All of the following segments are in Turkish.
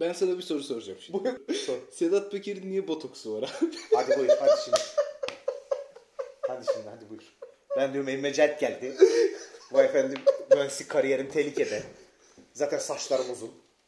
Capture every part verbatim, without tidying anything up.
Ben sana bir soru soracağım şimdi. Buyur. Sor. Sedat Peker'in niye botoksu var abi? Hadi buyur hadi şimdi. Hadi şimdi hadi buyur. Ben diyorum elime celp geldi. Vay efendim mühendislik kariyerim tehlikede. Zaten saçlarım uzun.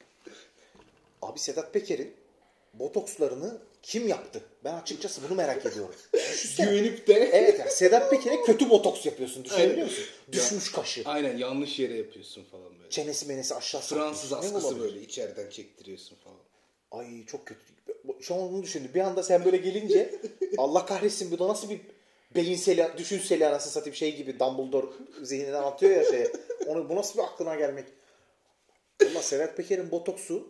Abi Sedat Peker'in botokslarını kim yaptı? Ben açıkçası bunu merak ediyorum. Güvenip de. Evet yani Sedat Peker'e kötü botoks yapıyorsun. Düşünebiliyor musun? Düşmüş kaşı. Aynen yanlış yere yapıyorsun falan böyle. Çenesi menesi aşağı Fransız sarkmış. askısı böyle içeriden çektiriyorsun falan. Ay çok kötü. Şu an onu düşündüm. Bir anda sen böyle gelince Allah kahretsin bu da nasıl bir beyinseli, düşünseli anasını satayım şey gibi Dumbledore zihninden atıyor ya şeye. Onu, bu nasıl bir aklına gelmek? Valla Sedat Peker'in botoksu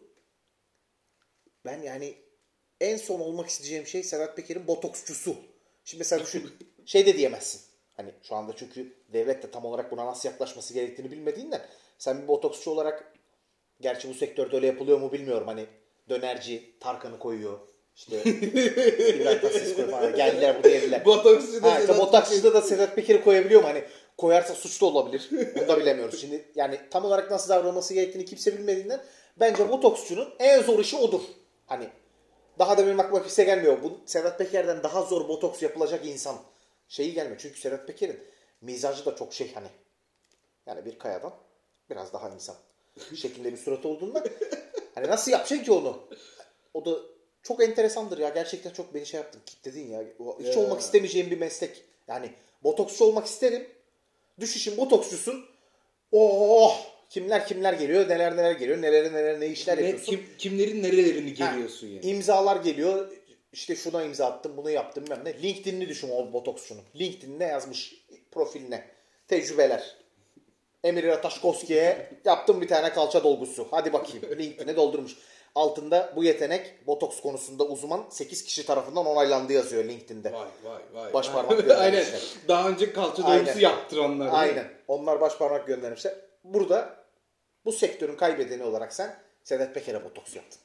ben yani en son olmak isteyeceğim şey Sedat Peker'in botoksçusu. Şimdi mesela düşün şey de diyemezsin. Hani şu anda çünkü devlet de tam olarak buna nasıl yaklaşması gerektiğini bilmediğinden sen bir botoksçu olarak gerçi bu sektörde öyle yapılıyor mu bilmiyorum. Hani dönerci Tarkan'ı koyuyor. İşte İbrahim Tatlıses koyuyor falan. Geldiler buraya yediler. Botoksçu da ha, işte botoksçuda da Sedat Peker'i koyabiliyor mu? Hani koyarsa suçlu olabilir. Bunu da bilemiyoruz. Şimdi yani tam olarak nasıl davranması gerektiğini kimse bilmediğinden bence botoksçunun en zor işi odur. Hani daha da benim aklıma kimse gelmiyor. Bu Sedat Peker'den daha zor botoks yapılacak insan şeyi gelmiyor. Çünkü Sedat Peker'in mizacı da çok şey hani yani bir kayadan biraz daha insan şeklinde bir surat olduğunda hani nasıl yapacaksın ki onu? O da çok enteresandır ya. Gerçekten çok beni şey yaptın. Kitledin ya. Hiç ya. Olmak istemeyeceğim bir meslek. Yani botoksçu olmak isterim. Düşüşün botoksçusun. Oh! Kimler kimler geliyor, neler neler geliyor, neler neler ne işler ne, yapıyorsun. Kim, kimlerin nerelerini geliyorsun ha, yani. İmzalar geliyor. İşte şuna imza attım, bunu yaptım bilmem ne. LinkedIn'ini düşün o botoksçunun. LinkedIn'ine yazmış profiline. Tecrübeler. Emir Ratajkowski'ye yaptım bir tane kalça dolgusu. Hadi bakayım. LinkedIn'e doldurmuş. Altında bu yetenek botoks konusunda uzman sekiz kişi tarafından onaylandı yazıyor LinkedIn'de. Vay vay vay. Baş parmak göndermişler. Aynen. Daha önce kalça dolgusu yaptıranlar. Aynen. Onlar baş parmak göndermişler. Burada bu sektörün kaybedeni olarak sen Sedat Peker'e botoks yaptın.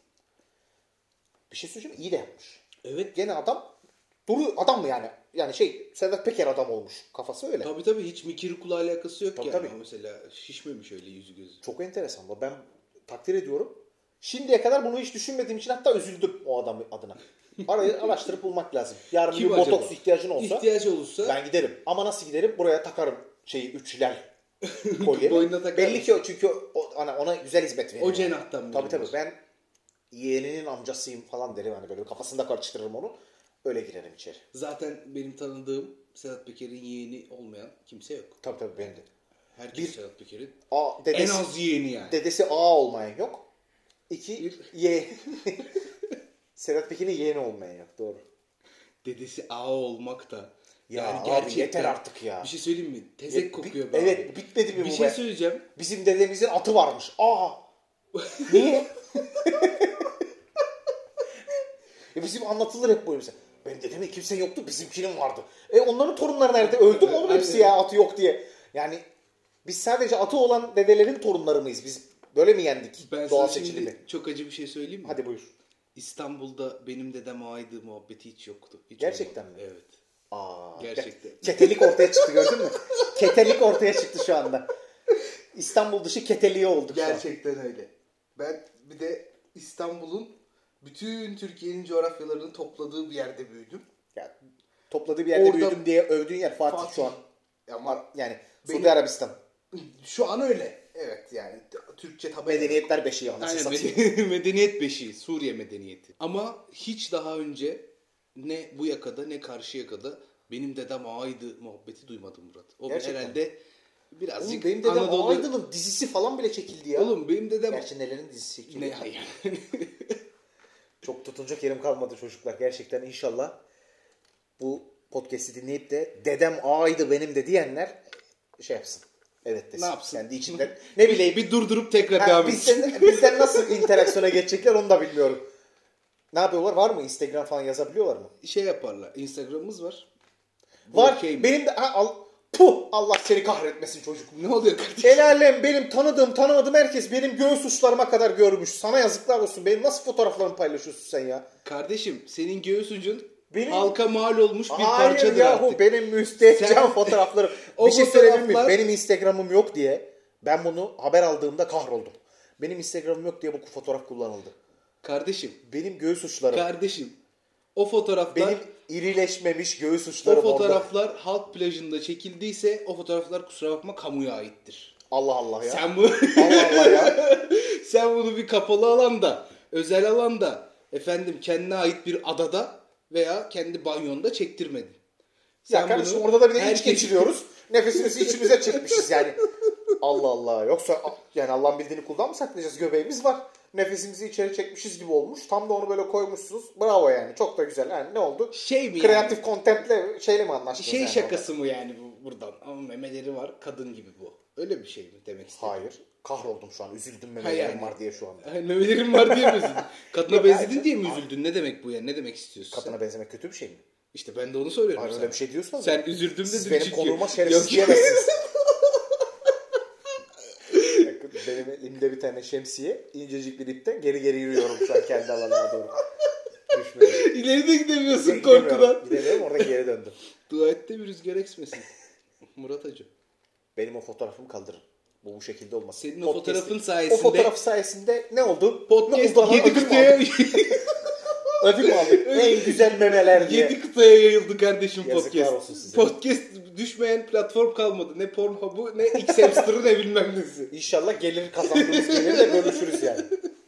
Bir şey söyleyeceğim iyi de yapmış. Evet. Gene adam duru adam mı yani? Yani şey Sedat Peker adam olmuş. Kafası öyle. Tabii tabii hiç Mikir Kula alakası yok tabii, yani. Tabii. Mesela şişmemiş öyle yüzü gözü. Çok enteresan. Ben takdir ediyorum. Şimdiye kadar bunu hiç düşünmediğim için hatta üzüldüm o adam adına. Arayı araştırıp bulmak lazım. Yarın Kim bir acaba? botoks ihtiyacın olsa. İhtiyacı olursa. Ben giderim. Ama nasıl giderim? Buraya takarım şeyi üçler kolye. Boynuna Belli ki o çünkü o, ona, ona güzel hizmet veriyor. O cenahtan mı? Tabii tabii. Ben yeğeninin amcasıyım falan derim. Hani böyle kafasında karıştırırım onu. Öyle girerim içeri. Zaten benim tanıdığım Sedat Peker'in yeğeni olmayan kimse yok. Tabii tabii benim de. Herkes Bir, Sedat Peker'in A, dedesi, en az yeğeni yani. Dedesi A olmayan yok. İki, bir. Y. Sedat Peker'in yeğeni olmayan yok. Doğru. Dedesi A olmak da. Ya yani abi yeter artık ya. Bir şey söyleyeyim mi? Tezek ya, kokuyor bi- be Evet abi. bitmedi mi bir bu be? Bir şey söyleyeceğim. Bizim dedemizin atı varmış. Aa. Niye? ya bizim anlatılır hep böyle mesela. Benim dedemin kimse yoktu bizimkinin vardı. E onların torunları nerede? Öldü mü oğlum hepsi ya atı yok diye. Yani biz sadece atı olan dedelerin torunları mıyız? Biz böyle mi yendik ben doğal seçilimi? seçilimi? Çok acı bir şey söyleyeyim mi? Hadi buyur. İstanbul'da benim dedem ağaydı muhabbeti hiç yoktu. Hiç Gerçekten olmadı. mi? Evet. Aa, gerçekten. Ketelik ortaya çıktı gördün mü? Ketelik ortaya çıktı şu anda. İstanbul dışı keteliği olduk gerçekten şu an. Öyle. Ben bir de İstanbul'un bütün Türkiye'nin coğrafyalarını topladığı bir yerde büyüdüm. Ya, topladığı bir yerde orada büyüdüm diye övdüğün yer Fatih, Fatih. Şu an. Ama yani benim, Suudi Arabistan. Şu an öyle. Evet yani Türkçe tabi. Medeniyetler beşiği anasını satayım. Medeniyet beşiği. Suriye medeniyeti. Ama hiç daha önce ne bu yakada ne karşı yakada benim dedem ağaydı muhabbeti duymadım Murat. O gerçekten. Herhalde birazcık oğlum, benim dedem Anadolu... Aydın'ın dizisi falan bile çekildi ya. Oğlum benim dedem... Gerçi nelerin dizisi çekildi. Ne hayır. Çok tutunacak yerim kalmadı çocuklar. Gerçekten inşallah bu podcast'i dinleyip de dedem ağaydı benim de diyenler şey yapsın. Evet desin. Ne yapsın? Kendi içinden. Ne bileyim. Bir durdurup tekrar ha, devam etsin. Bizden, bizden nasıl interaksiyona geçecekler onu da bilmiyorum. Ne yapıyorlar? Var mı? Instagram falan yazabiliyorlar mı? Şey yaparlar. Instagram'ımız var. Var. Okay benim de ha, al, puh, Allah seni kahretmesin çocuk. Ne oluyor kardeşim? El alem benim tanıdığım tanımadığım herkes benim göğüs uçlarıma kadar görmüş. Sana yazıklar olsun. Benim nasıl fotoğraflarımı paylaşıyorsun sen ya? Kardeşim senin göğüs ucun benim... halka mal olmuş bir Hayır parçadır yahu, artık. Benim müstehcen sen... fotoğraflarım. Bir şey söyleyeyim mi? Benim Instagram'ım yok diye ben bunu haber aldığımda kahroldum. Benim Instagram'ım yok diye bu fotoğraf kullanıldı. Kardeşim. Benim göğüs uçlarım. Kardeşim. O fotoğraflar. Benim irileşmemiş göğüs O uçlarım fotoğraflar orada. halk plajında çekildiyse o fotoğraflar kusura bakma kamuya aittir. Allah Allah ya. Sen bu Allah Allah ya. Sen bunu bir kapalı alanda, özel alanda, efendim kendine ait bir adada veya kendi banyonda çektirmedin. Sen Ya kardeşim bunu orada da bir de iç herkes- geçiriyoruz. Nefesimizi içimize çekmişiz yani. Allah Allah. Yoksa yani Allah'ın bildiğini kuldan mı saklayacağız? Göbeğimiz var. Nefesimizi içeri çekmişiz gibi olmuş. Tam da onu böyle koymuşsunuz. Bravo yani. Çok da güzel. Yani ne oldu? Şey mi Kreatif yani? contentle şeyle mi anlaştınız? Şey yani şakası mı yani bu buradan? Ama memeleri var, kadın gibi bu. Öyle bir şey mi demek orada? istedim? Hayır. Kahroldum şu an. Üzüldüm Ha memelerim yani. var diye şu anda. Ay, memelerim var diye mi üzüldün? Kadına Yok, benzedin hayır. diye mi üzüldün? Ne demek bu ya? Ne demek istiyorsun sen? Kadına benzemek kötü bir şey mi? İşte ben de onu soruyorum Hayır sana. öyle bir şey diyorsan. Sen üzüldüm Siz dedin benim çünkü. konuğuma Yok. şerefsiz diyemezsiniz. Benim elimde bir tane şemsiye, incecik bir ipten geri geri yürüyorum şu an kendi alanıma doğru. Düşmedim. İleri de gidemiyorsun Gidemiyorum, korkudan. Gidemiyorum, orada geri döndüm. Dua et de bir rüzgar eksmesin. Murat Hacı. Benim o fotoğrafımı kaldırın. Bu bu şekilde olmaz. Senin o Podcast'in- fotoğrafın sayesinde- O fotoğraf sayesinde ne oldu? Podcast Ne oldu? yedi Ödül mü kıtaya, aldık? Ödül mü aldık? En güzel memeler diye. yedi kıtaya yayıldı kardeşim Yazıklar podcast. olsun size. Podcast düşmeyen platform kalmadı. Ne Pornhub'u ne X-Hamster'ı ne bilmem nesi. İnşallah gelir kazandığımız geliri de bölüşürüz yani.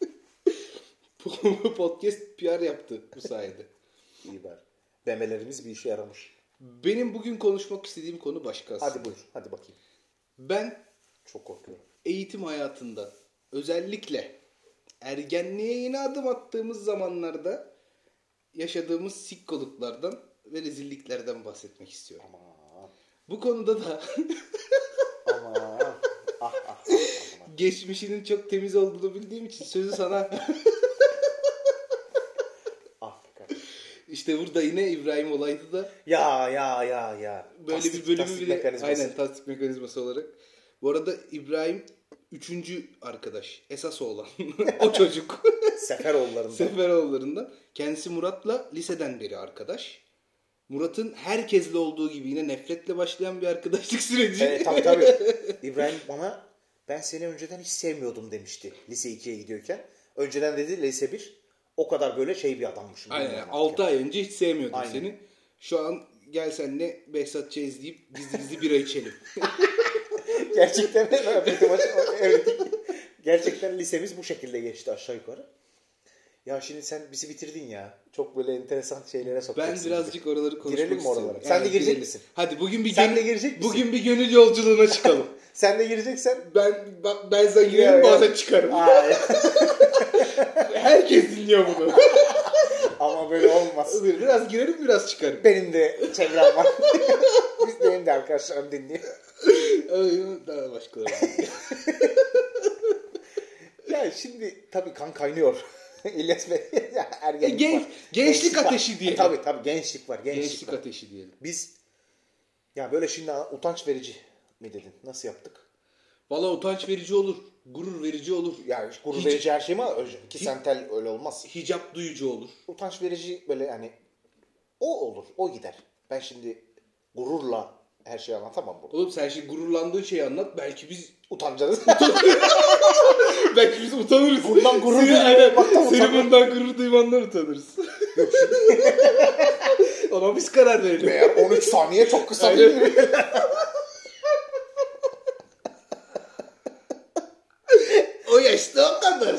Podcast P R yaptı bu sayede. İyi bari. Memelerimiz bir işe yaramış. Benim bugün konuşmak istediğim konu başka aslında. Hadi buyur. Hadi bakayım. Ben Çok korkuyorum. eğitim hayatında özellikle ergenliğe yeni adım attığımız zamanlarda yaşadığımız sikkoluklardan ve rezilliklerden bahsetmek istiyorum. Aman. Bu konuda da Aman. Ah ah ah. Aman. geçmişinin çok temiz olduğunu bildiğim için sözü sana Ah be kardeşim. işte burada yine İbrahim olaydı da Ya ya ya ya. böyle Tasdik- bir bölümü tasdik bile mekanizması. aynen tasdik mekanizması olarak. Bu arada İbrahim üçüncü arkadaş. Esas olan. O çocuk. Seferoğullarında. Seferoğullarından. Kendisi Murat'la liseden beri arkadaş. Murat'ın herkesle olduğu gibi yine nefretle başlayan bir arkadaşlık süreci. Evet tabii tabii. İbrahim bana ben seni önceden hiç sevmiyordum demişti. Lise ikiye gidiyorken. Önceden dedi lise bir. O kadar böyle şey bir adammışım. Aynen. Bilmiyorum altı artık. ay önce hiç sevmiyordum Aynen. seni. Şu an gel senle Behzat Ç. izleyip gizli gizli bira içelim. Gerçekten evet. Gerçekten lisemiz bu şekilde geçti aşağı yukarı. Ya şimdi sen bizi bitirdin ya. Çok böyle enteresan şeylere Ben sokacaksın. birazcık oraları konuşmak Girelim mi istiyorum. oralara? Sen de girecek girelim. misin? Hadi bugün bir Sen gönül- de girecek misin? Bugün bir gönül yolculuğuna çıkalım. Sen de gireceksen. ben ben, ben sen girerim Ya, ya. bazen çıkarım. Aa, ya. Herkes dinliyor bunu. Ama böyle olmaz. Biraz girerim biraz çıkarım. Benim de çevrem var. Biz benim de arkadaşlarım dinliyor. Ay, Daha başkaları. Ya şimdi tabii kan kaynıyor. İlyas Bey. Ya, ergenlik Gen- var. gençlik var. ateşi diyelim. Tabii tabii gençlik var. Gençlik, Gençlik var. ateşi diyelim. Biz ya böyle şimdi utanç verici mi dedin? Nasıl yaptık? Valla utanç verici olur. Gurur verici olur. Ya gurur Hiç- verici her şey mi? Ki Hiç- sentel öyle olmaz. Hicap duyucu olur. Utanç verici böyle yani o olur. O gider. Ben şimdi gururla her şeyi anlatamam burada. Oğlum sen şimdi gururlandığın şeyi anlat. Belki biz Utanacağız. belki biz utanırız. Bundan gurur Seni- duyuyorum, aynen, baktan Seni utanırım. bundan gurur duymandan utanırız. Ona biz karar verelim. Meğer on üç saniye çok kısa Aynen. değil mi? O yaşta o kadar.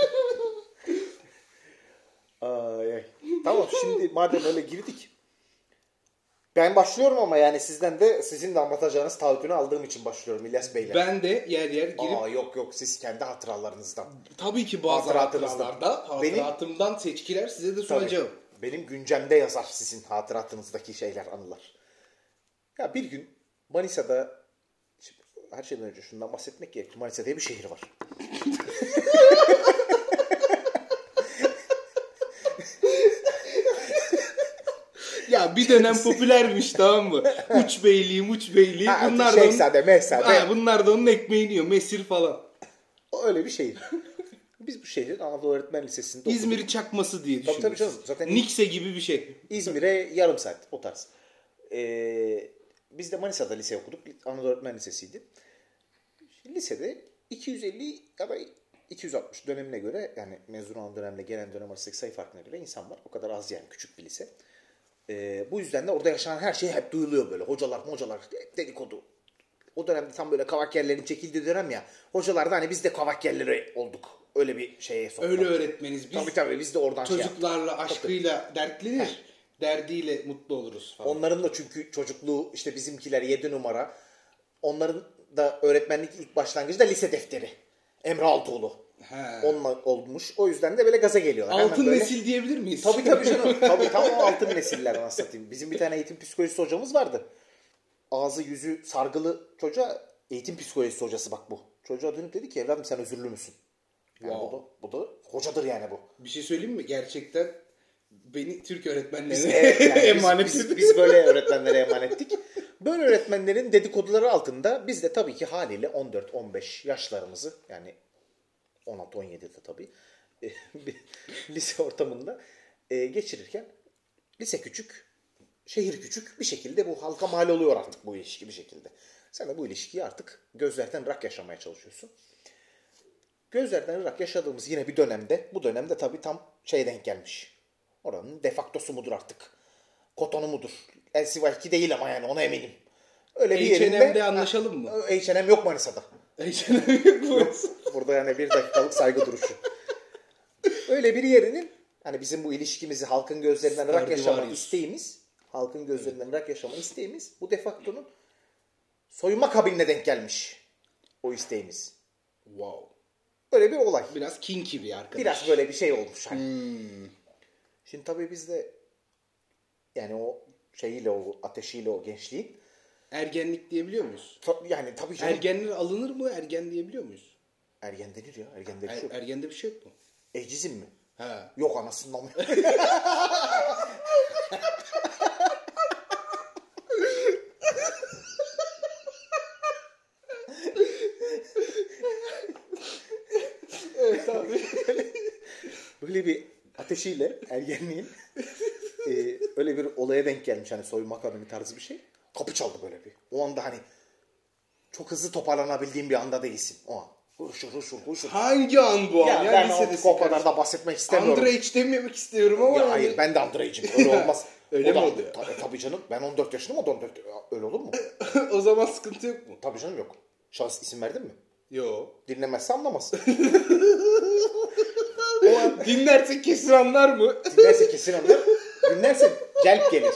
Ay, ay. Tamam şimdi madem öyle girdik. Ben başlıyorum ama yani sizden de sizin de anlatacağınız taahhütünü aldığım için başlıyorum İlyas Bey'le. Ben de yer yer girip Aa yok yok siz kendi hatıralarınızdan. tabii ki bazı Hatıratınızdan. hatıralarda Benim- hatıratımdan seçkiler size de Tabii. sunacağım. Benim güncemde yazar sizin hatıratınızdaki şeyler, anılar. Ya bir gün Manisa'da, şimdi her şeyden önce şundan bahsetmek gerekir. Manisa diye bir şehir var. Ya bir dönem popülermiş tamam mı? Uç beyliği, muç beyliği. Ha, bunlar da onun, Şehzade, Mehzade. ha, bunlar da onun ekmeğini yiyor. Mesir falan. O öyle bir şehir. Biz bu şehrin Anadolu Öğretmen Lisesi'nde okuduk. İzmir'i çakması diye Tabii, düşünüyoruz. tabii canım. Zaten- Nikse gibi bir şey. İzmir'e yarım saat o tarz. Ee, biz de Manisa'da lise okuduk. Anadolu Öğretmen Lisesi'ydi. Lisede iki yüz elli ya da iki yüz altmış dönemine göre yani mezun olan dönemle gelen dönem arasındaki sayı farkına göre insan var. O kadar az yani küçük bir lise. Ee, bu yüzden de orada yaşanan her şey hep duyuluyor böyle. Hocalar hocalar hep dedikodu. O dönemde tam böyle kavak yerlerin çekildiği dönem ya. Hocalar da hani biz de kavak yerleri olduk. Öyle bir şeye sokmak. Öyle öğretmeniz. Biz tabii tabii biz de oradan çocuklarla, şey aşkıyla dertlenir. Derdiyle mutlu oluruz falan. Onların da çünkü çocukluğu işte bizimkiler yedi numara. Onların da öğretmenlik ilk başlangıcı da lise defteri. Emre Altuğlu. He. Onunla olmuş. O yüzden de böyle gaza geliyorlar. Altın böyle... nesil diyebilir miyiz? Tabii tabii canım. Tabii tam o altın nesiller anasını satayım. Bizim bir tane eğitim psikolojisi hocamız vardı. Ağzı yüzü sargılı çocuğa eğitim psikolojisi hocası bak bu. Çocuğa dönüp dedi ki evladım sen özürlü müsün? Yani Wow. bu, da, bu da hocadır yani bu. Bir şey söyleyeyim mi? Gerçekten beni Türk öğretmenlerine Evet, yani emanet biz, biz, biz böyle öğretmenlere emanettik. Böyle öğretmenlerin dedikoduları altında biz de tabii ki haliyle on dört on beş yaşlarımızı yani on altı on yedide tabii bir lise ortamında e, geçirirken lise küçük, şehir küçük bir şekilde bu halka mal oluyor artık bu ilişki bir şekilde. Sen de bu ilişkiyi artık gözlerden ırak yaşamaya çalışıyorsun. Gözlerden ırak yaşadığımız yine bir dönemde, bu dönemde tabii tam şey denk gelmiş. Oranın defaktosu mudur artık? Kotonu mudur? L C Y iki değil ama yani ona eminim. Öyle bir yerinde... H and M'de anlaşalım mı? H and M yok Manisa'da. H and M yok mu? Burada yani bir dakikalık saygı duruşu. Öyle bir yerinin hani bizim bu ilişkimizi halkın gözlerinden ırak yaşama isteğimiz, halkın gözlerinden ırak yaşama isteğimiz bu defaktonun soyunma kabinine denk gelmiş. O isteğimiz. Wow. Böyle bir olay. Biraz kinky bir arkadaş. Biraz böyle bir şey olmuş hani. Hmm. Şimdi tabii biz de yani o şeyiyle o ateşiyle o gençliğin Ergenlik diyebiliyor muyuz? ta, yani tabii canım. Ergenler alınır mı? Ergen diyebiliyor muyuz? Ergen denir ya. Ergende bir Er, şey yok. ergende bir şey yok mu? Ecizim mi? He. Yok anasından. Evet abi. Böyle bir ateşiyle ergenliğin e, öyle bir olaya denk gelmiş hani soyunma kabini tarzı bir şey. Kapı çaldı böyle bir. O anda hani çok hızlı toparlanabildiğin bir anda değilsin o an. Huşur huşur huşur. Hangi an bu an? Ya, Ya, ben lisedesin o kadar da bahsetmek istemiyorum. Underage dememek istiyorum ama. Ya yani. hayır ben de underage'im. Öyle olmaz. Öyle O mi da, oluyor? Tabii, tabii canım. Ben on dört yaşındayım o da on dört. Öyle olur mu? O zaman sıkıntı yok mu? Tabii canım yok. Şahıs isim verdin mi? Yo. Dinlemezse anlamaz. O an dinlerse kesin anlar mı? Dinlerse kesin anlar. Dinlerse celp gelir.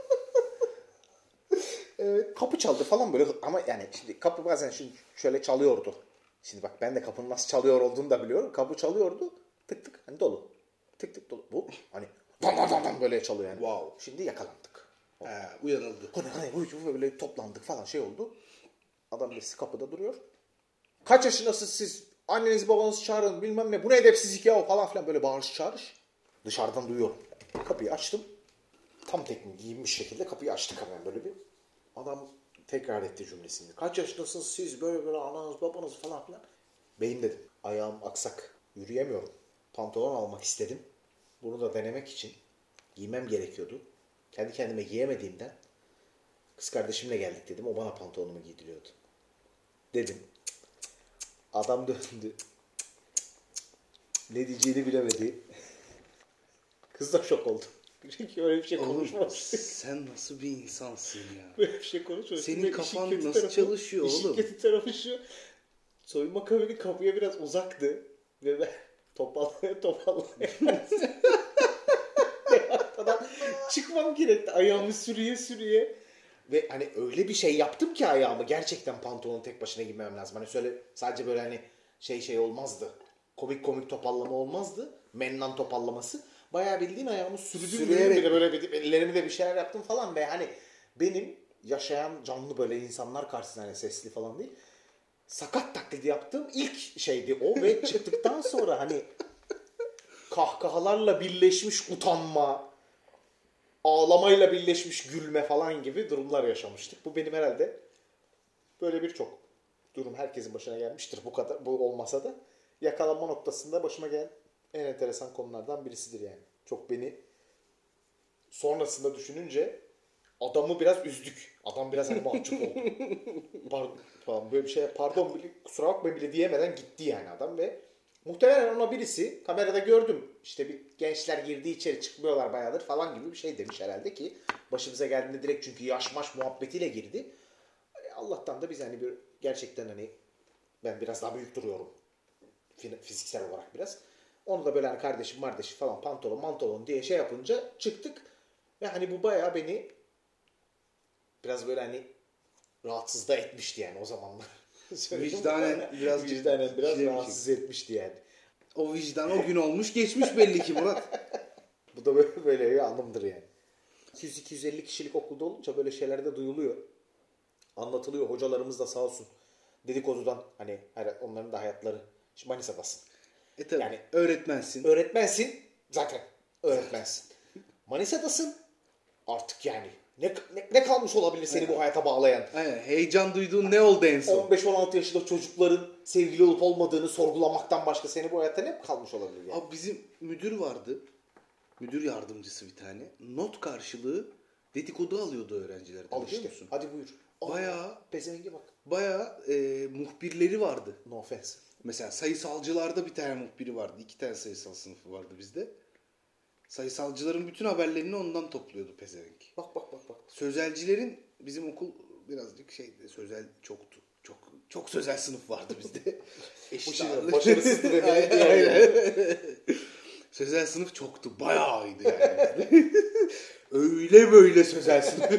Evet. Kapı çaldı falan böyle ama yani şimdi kapı bazen şimdi şöyle çalıyordu. Şimdi bak ben de kapının nasıl çalıyor olduğunu da biliyorum. Kapı çalıyordu. Tık tık hani dolu. Tık tık dolu. Bu hani dan dan dan dan böyle çalıyor yani. Wow. Şimdi yakalandık. He, uyanıldı. Hani hani böyle toplandık falan şey oldu. Adam birisi kapıda duruyor. Kaç yaşındasınız siz? Annenizi babanızı çağırın bilmem ne. Bu ne edepsizlik ya falan filan böyle bağırış çağırış. Dışarıdan duyuyorum. Kapıyı açtım. Tam teknik giyinmiş şekilde kapıyı açtık hemen böyle bir. Adam tekrar etti cümlesini. Kaç yaşındasınız siz böyle böyle ananız babanız falan filan. Beyim dedim. Ayağım aksak. Yürüyemiyorum. Pantolon almak istedim. Bunu da denemek için giymem gerekiyordu. Kendi kendime giyemediğimden kız kardeşimle geldik dedim. O bana pantolonumu giydiriyordu. Dedim. Adam döndü. Ne diyeceğini bilemedi. Kız da şok oldu. Çünkü öyle bir şey konuşmaz. Sen nasıl bir insansın ya? Böyle bir şey konuşmaz. Senin Ve kafan işin kötü nasıl tarafı- çalışıyor işin oğlum? kötü tarafı şu. Soyunma kabini kapıya biraz uzaktı. Ve ben topallaya topallaya. Arkadan çıkmam gerekti. Ayağımı sürüye sürüye. Ve hani öyle bir şey yaptım ki ayağımı gerçekten pantolonu tek başına giymem lazım. Hani söyle sadece böyle hani şey şey olmazdı. Komik komik topallama olmazdı. Mennan topallaması. Bayağı bildiğin ayağımı sürdüm. Sürüyerek Bir de böyle bir, ellerimi de bir şeyler yaptım falan. Ve hani benim yaşayan canlı böyle insanlar karşısında hani sesli falan değil. Sakat taklidi yaptığım ilk şeydi o. Ve çıktıktan sonra hani kahkahalarla birleşmiş utanma, ağlamayla birleşmiş gülme falan gibi durumlar yaşamıştık. Bu benim herhalde böyle birçok durum herkesin başına gelmiştir. Bu kadar bu olmasa da yakalanma noktasında başıma gelen en enteresan konulardan birisidir yani. Çok beni sonrasında düşününce adamı biraz üzdük. Adam biraz hani mahcup oldu. Pardon, falan böyle bir şey pardon bile, kusura bakmayın bile diyemeden gitti yani adam ve Muhtemelen ona birisi kamerada gördüm. İşte bir gençler girdiği içeri çıkmıyorlar bayağıdır falan gibi bir şey demiş herhalde ki başımıza geldiğinde direkt çünkü yaş maş muhabbetiyle girdi. Allah'tan da biz hani bir gerçekten hani ben biraz daha büyük duruyorum fiziksel olarak biraz. Onu da böyle hani kardeşim kardeşim falan pantolon mantolon diye şey yapınca çıktık. Ve hani bu bayağı beni biraz böyle hani rahatsız da etmişti yani o zamanlar. Vicdanen biraz vicdanen biraz şey rahatsız etmişti yani. O vicdan o gün olmuş geçmiş belli ki Murat. Bu da böyle, böyle bir anımdır yani. iki yüz iki yüz elli kişilik okulda olunca böyle şeyler de duyuluyor. Anlatılıyor. Hocalarımız da sağ olsun dedikodudan hani onların da hayatları şimdi Manisa'dasın. E tabii. Yani öğretmensin. Öğretmensin zaten. Öğretmensin. Manisa'dasın artık yani. Ne, ne, ne kalmış olabilir seni bu hayata bağlayan? Aynen. Heyecan duyduğun ne oldu en son? on beş on altı yaşında çocukların sevgili olup olmadığını sorgulamaktan başka seni bu hayatta ne kalmış olabilir yani? Abi bizim müdür vardı. Müdür yardımcısı bir tane. Not karşılığı dedikodu alıyordu öğrencilerden. Al işte. Musun? Hadi buyur. Bayağı pezevenge bak. Bayağı e, muhbirleri vardı. No offense. Mesela sayısalcılarda bir tane muhbiri vardı. İki tane sayısal sınıfı vardı bizde. Sayısalcıların bütün haberlerini ondan topluyordu pezevenk. Bak bak bak bak. Sözelcilerin bizim okul birazcık şeydi. Sözel çoktu. Çok çok sözel sınıf vardı bizde. Eşit başarısızdı ve sözel sınıf çoktu. Bayağıydı yani bizde. Öyle böyle sözel sınıf.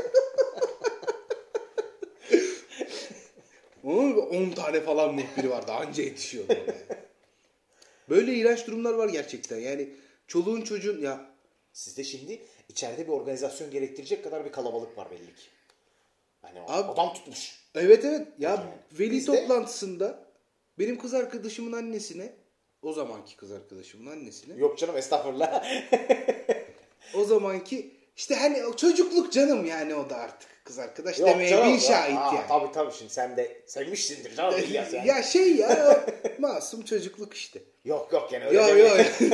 Onun on tane falan muhbiri vardı. Anca yetişiyordu oraya. Böyle iğrenç durumlar var gerçekten. Yani çoluğun çocuğun ya. Sizde şimdi içeride bir organizasyon gerektirecek kadar bir kalabalık var belli ki. Hani Abi, adam tutmuş. Evet evet. Ya yani, veli bizde... toplantısında benim kız arkadaşımın annesine, o zamanki kız arkadaşımın annesine. Yok canım estağfurullah. O zamanki işte hani çocukluk canım yani o da artık. Kız arkadaş yok, demeye canım, bir şahit aa, yani. Tabii tabii şimdi sen de sevmişsindir canım. Yani. Ya şey ya masum çocukluk işte. Yok yok yani öyle yok, yok.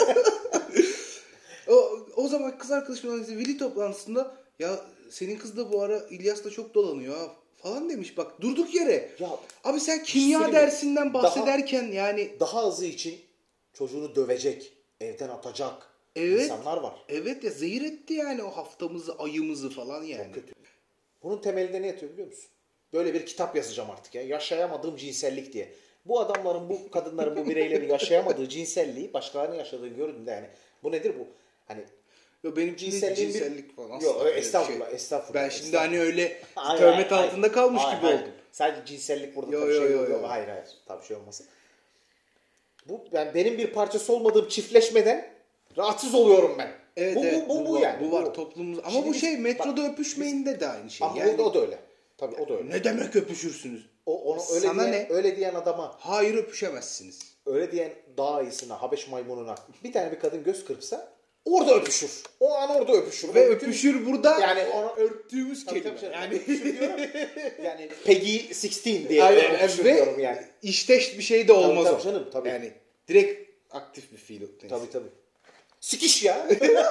o, o zaman kız arkadaşımın annesi veli toplantısında ya senin kız da bu ara İlyas'la çok dolanıyor ha falan demiş bak durduk yere. Ya, abi sen kimya dersinden bahsederken daha, yani. Daha azı için çocuğunu dövecek, evden atacak evet, insanlar var. Evet ya zehir etti yani o haftamızı, ayımızı falan yani. Çok kötü. Bunun temelinde ne yatıyor biliyor musun? Böyle bir kitap yazacağım artık ya. Yaşayamadığım cinsellik diye. Bu adamların, bu kadınların, bu bireylerin yaşayamadığı cinselliği başkalarının yaşadığı gördüğünde yani. Bu nedir bu? Hani yo benim cinselliğim cinsellik bir... falan. Yok estağfurullah, şey. estağfurullah. Ben şimdi estağfurullah. Hani öyle hayır, töhmet hayır, altında kalmış hayır, gibi hayır. oldum. Sadece cinsellik burada yo, tabii yo, şey yo, yok. yo. Hayır hayır. Tabii şey olmasın. Bu yani benim bir parçası olmadığım çiftleşmeden rahatsız oluyorum ben. Evet, bu, evet, bu, bu, bu, bu yani. Bu var bu. toplumumuz. Ama Şimdi bu şey biz, metroda bak, öpüşmeyinde de aynı şey. Ama yani, o da öyle. Tabii o da öyle. Ne demek öpüşürsünüz? O onu öyle Sana diyen, ne? öyle diyen adama hayır öpüşemezsiniz. Öyle diyen daha iyisine, Habeş maymununa bir tane bir kadın göz kırpsa orada öpüşür. O an orada öpüşür. Ve o öpüşür bütün, burada yani ona örttüğümüz tabii, kelime. tabii, yani öpüşür diyorum. Yani Peggy on altı diye aynen, öpüşür ve diyorum yani. İşteş bir şey de olmaz tabii, o. tabii canım tabii. Yani direkt aktif bir fiil. Neyse. Tabii tabii. Sikiş ya.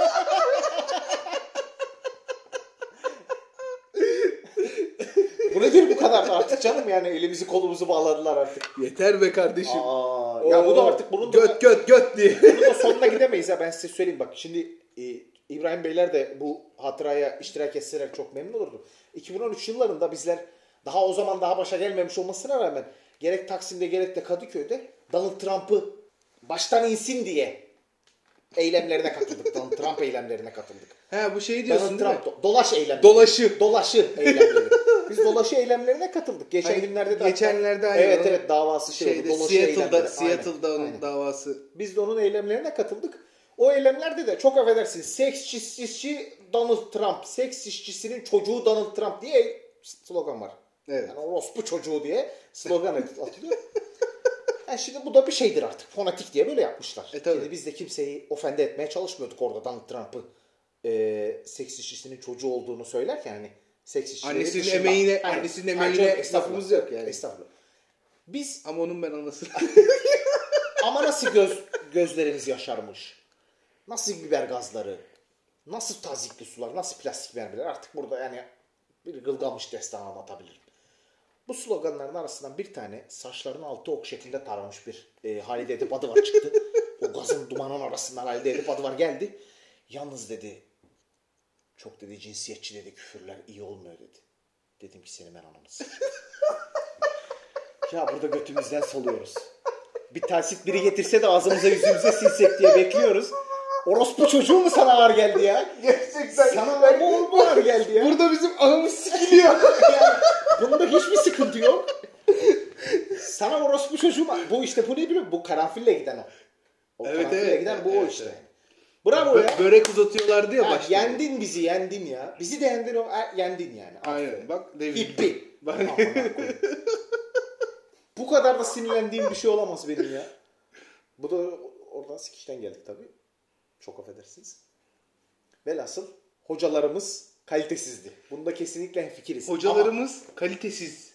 Bu nedir bu kadar da artık canım yani elimizi kolumuzu bağladılar artık. Yeter be kardeşim. Aa, ya bu da artık bunun da göt göt göt diye. Bunun da sonuna gidemeyiz ya ben size söyleyeyim bak. Şimdi e, İbrahim Beyler de bu hatıraya iştirak etseler çok memnun olurdu. iki bin on üç yıllarında bizler daha o zaman daha başa gelmemiş olmasına rağmen gerek Taksim'de gerek de Kadıköy'de Donald Trump'ı baştan insin diye eylemlerine katıldık. Donald Trump eylemlerine katıldık. He bu şey diyorsun Donald değil Trump, mi? Dolaş eylemleri. Dolaşı. Dolaşı eylemleri. Biz dolaşı eylemlerine katıldık. Geçen hani, günlerde de geçenlerde hatta, evet evet davası şey şeyde, oldu. Dolaşı Seattle'da, eylemleri. Seattle'da Aynen. onun Aynen. davası. Biz de onun eylemlerine katıldık. O eylemlerde de çok affedersiniz seks işçisi Donald Trump, seks işçisinin çocuğu Donald Trump diye slogan var. Evet. Yani orospu çocuğu diye slogan atılıyor. Yani şimdi bu da bir şeydir artık. Fonatik diye böyle yapmışlar. E, tabii. Şimdi biz de kimseyi ofende etmeye çalışmıyorduk orada Donald Trump'ı e, seks işçisinin çocuğu olduğunu söylerken hani seks işçileri annesinin dışında, emeğine, aynen, annesinin aynen, emeğine lafımız yok yani. Estağfurullah. Biz ama onun ben anasını. ama nasıl göz gözleriniz yaşarmış? Nasıl biber gazları? Nasıl tazikli sular? Nasıl plastik mermiler? Artık burada yani bir Gılgamış destanı anlatabilirim. Bu sloganların arasından bir tane saçlarının altı ok şeklinde taramış bir e, Halide Edip adı var çıktı. O gazın dumanın arasından Halide Edip adı var geldi. Yalnız dedi çok dedi cinsiyetçi dedi küfürler iyi olmuyor dedi. Dedim ki seni ben ananı sikeyim. Ya burada götümüzden salıyoruz. Bir tersit biri getirse de ağzımıza yüzümüze silsek diye bekliyoruz. Orospu çocuğu mu sana ağır geldi ya? Gerçekten. Sana var mı oğlum ağır geldi ya? Burada bizim anamız sikiliyor. Yani, bunda hiçbir sıkıntı yok. Sana orospu çocuğu mu? Bu işte bu ne biliyor musun? Bu karanfille giden o. O Evet, karanfille evet, giden bu evet, o işte. evet. Bravo Bö- ya. Börek uzatıyorlardı ya Ha, başta. yendin bizi yendin ya. Bizi de yendin o yendin yani. Aynen bak devir. İppi. Bak. Aman Allah'ım. Bu kadar da sinirlendiğim bir şey olamaz benim ya. Bu da oradan sikişten geldik tabii. Çok affedersiniz. Velhasıl hocalarımız kalitesizdi. Bunda kesinlikle hemfikiriz. Hocalarımız Ama kalitesiz.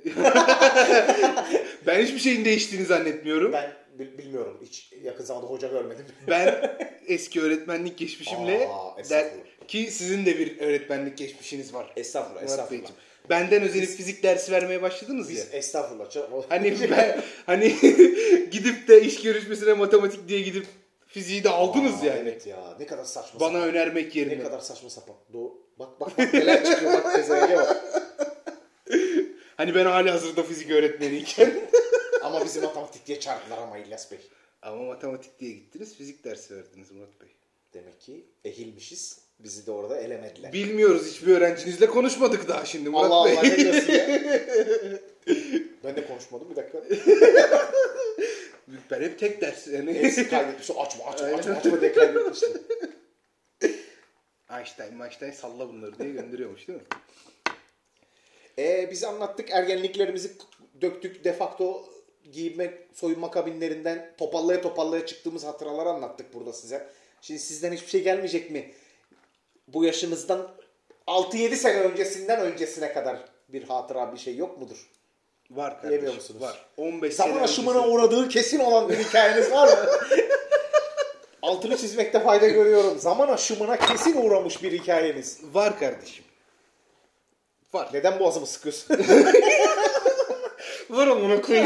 Ben hiçbir şeyin değiştiğini zannetmiyorum. ben bil- bilmiyorum. Hiç yakın zamanda hoca görmedim. Ben eski öğretmenlik geçmişimle Aa, der, estağfurullah. ki sizin de bir öğretmenlik geçmişiniz var. Estağfurullah, Murat estağfurullah. Beyciğim. Benden özenip Biz- fizik dersi vermeye başladınız Biz ya. estağfurullah. Canım. Hani ben hani gidip de iş görüşmesine matematik diye gidip fiziği de aldınız Aa, yani. Evet ya. Ne kadar saçma Bana sapan. önermek yerine. Ne kadar saçma sapan. Doğru. Bak bak bak neler çıkıyor. Bak tezahüre bak. Hani ben hali hazırda fizik öğretmeniyken. Ama bizi matematik diye çağırdılar ama İlyas Bey. Ama matematik diye gittiniz, fizik dersi verdiniz Murat Bey. Demek ki ehilmişiz. Bizi de orada elemediler. Bilmiyoruz, hiçbir öğrencinizle konuşmadık daha şimdi Murat Allah Bey. Allah ne diyorsun ya? Ben de konuşmadım bir dakika. Ben hep tek ders. Yani. Hepsi kaydetmiş. Açma açma açma açma diye kaydetmiştim. Einstein, Einstein salla bunları diye gönderiyormuş değil mi? Ee, biz anlattık ergenliklerimizi döktük. Defakto giyinme soyunma kabinlerinden topallaya topallaya çıktığımız hatıraları anlattık burada size. Şimdi sizden hiçbir şey gelmeyecek mi? Bu yaşınızdan altı yedi sene öncesinden öncesine kadar bir hatıra bir şey yok mudur? Var kardeşim. Yemiyor musunuz? Var. on beş Zaman sene aşımına öncesi. uğradığı kesin olan bir hikayeniz var mı? Altını çizmekte fayda görüyorum. Zaman aşımına kesin uğramış bir hikayeniz. Var kardeşim. Var. Neden boğazımı sıkıyorsun? Var amına koyayım.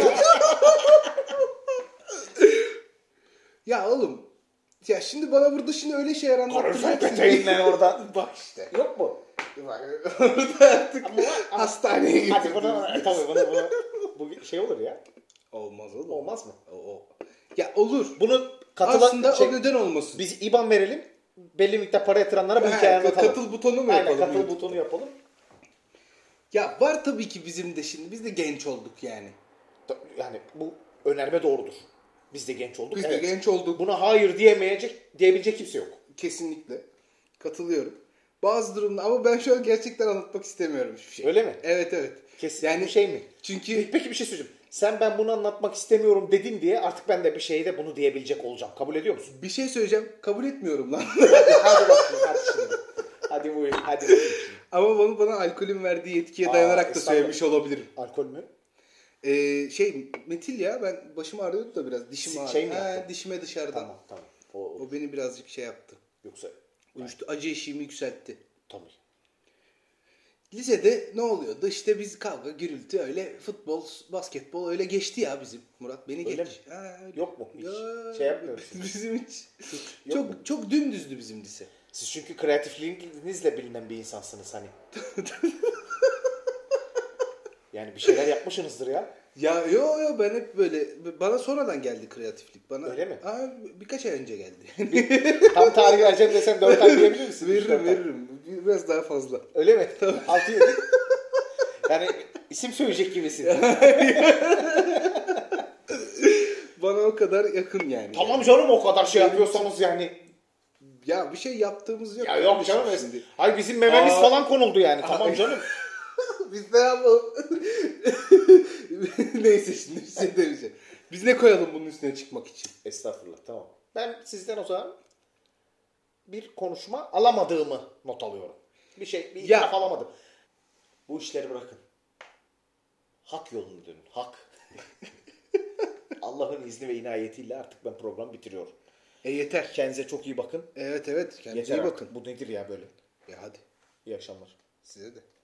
Ya oğlum. Ya şimdi bana burada şimdi öyle şeyler Kalorifer anlattın. peteğinle oradan. Bak işte. Yok mu? Bak, orada artık Ama, ama hastaneye hadi gittim. bunu, tabii bunu, bunu, bu şey olur ya. Olmaz oğlum. Olmaz mı? O, o. Ya olur. Bunu katılan, Aslında şey, o neden olmasın? biz İ B A N verelim. Belli miktar para yatıranlara bu Ha, hikayeyi katıl anlatalım. butonu mu Aynen yapalım? katıl YouTube'da? butonu yapalım. Ya var tabii ki bizim de şimdi. Biz de genç olduk yani. Yani bu önerme doğrudur. Biz de genç olduk. Biz evet. de genç olduk. Buna hayır diyemeyecek, diyebilecek kimse yok. Kesinlikle. Katılıyorum. Bazı durumda ama ben şu an gerçekten anlatmak istemiyorum hiçbir şey. Öyle mi? Evet evet. Kesin. Yani Bu şey mi? çünkü Peki bir şey söyleyeceğim. Sen ben bunu anlatmak istemiyorum dedin diye artık ben de bir şeyde bunu diyebilecek olacağım. Kabul ediyor musun? bir şey söyleyeceğim. Kabul etmiyorum lan. Hadi, hadi bakayım hadi şimdi. Hadi buyur hadi bakayım şimdi. Ama bunu bana alkolün verdiği yetkiye Aa, dayanarak da estağfurullah. söylemiş olabilirim. Alkol mü? Ee, şey metil ya ben başım ağrıyordu da biraz dişim Si- ağrıyor. şey mi Ha, yaptın? dişime dışarıdan. Tamam tamam. O, o. O beni birazcık şey yaptı. Yoksa Uyuştu. Acı eşiğimi yükseltti. tabii. Lisede ne oluyordu? İşte biz kavga, gürültü öyle futbol, basketbol öyle geçti ya bizim. Murat beni Öyle geç. Ha, öyle. Yok mu? Hiç Ya, şey yapmıyor musun? Bizim hiç. Yok çok mu? çok dümdüzdü bizim lise. Siz çünkü kreatifliğinizle bilinen bir insansınız hani. Yani bir şeyler yapmışsınızdır ya. Ya yo yo ben hep böyle bana sonradan geldi kreatiflik. Bana Öyle mi? Aa, birkaç ay önce geldi. Tam tarih vereceğim desem dört ay diyebilir misin? Üç, veririm dört ay. veririm. Biraz daha fazla. Öyle mi? altı yedi. Yani isim söyleyecek gibisin. Bana o kadar yakın yani. Tamam canım o kadar şey yapıyorsanız yani. Ya bir şey yaptığımız yok. Ya yok canım. Şimdi. Hayır bizim mememiz Aa. falan konuldu yani. Tamam Aa. canım. Biz ne yapalım? Neyse şimdi bir şey demeyeceğim. Biz ne koyalım bunun üstüne çıkmak için? Estağfurullah tamam. Ben sizden o zaman bir konuşma alamadığımı not alıyorum. Bir şey, bir Ya. itiraf alamadım. Bu işleri bırakın. Hak yolunu dönün. Hak. Allah'ın izni ve inayetiyle artık ben programı bitiriyorum. E yeter. Kendinize çok iyi bakın. Evet evet. Kendinize Yeter iyi artık. bakın. Bu nedir ya böyle? Ya hadi. İyi akşamlar. Size de.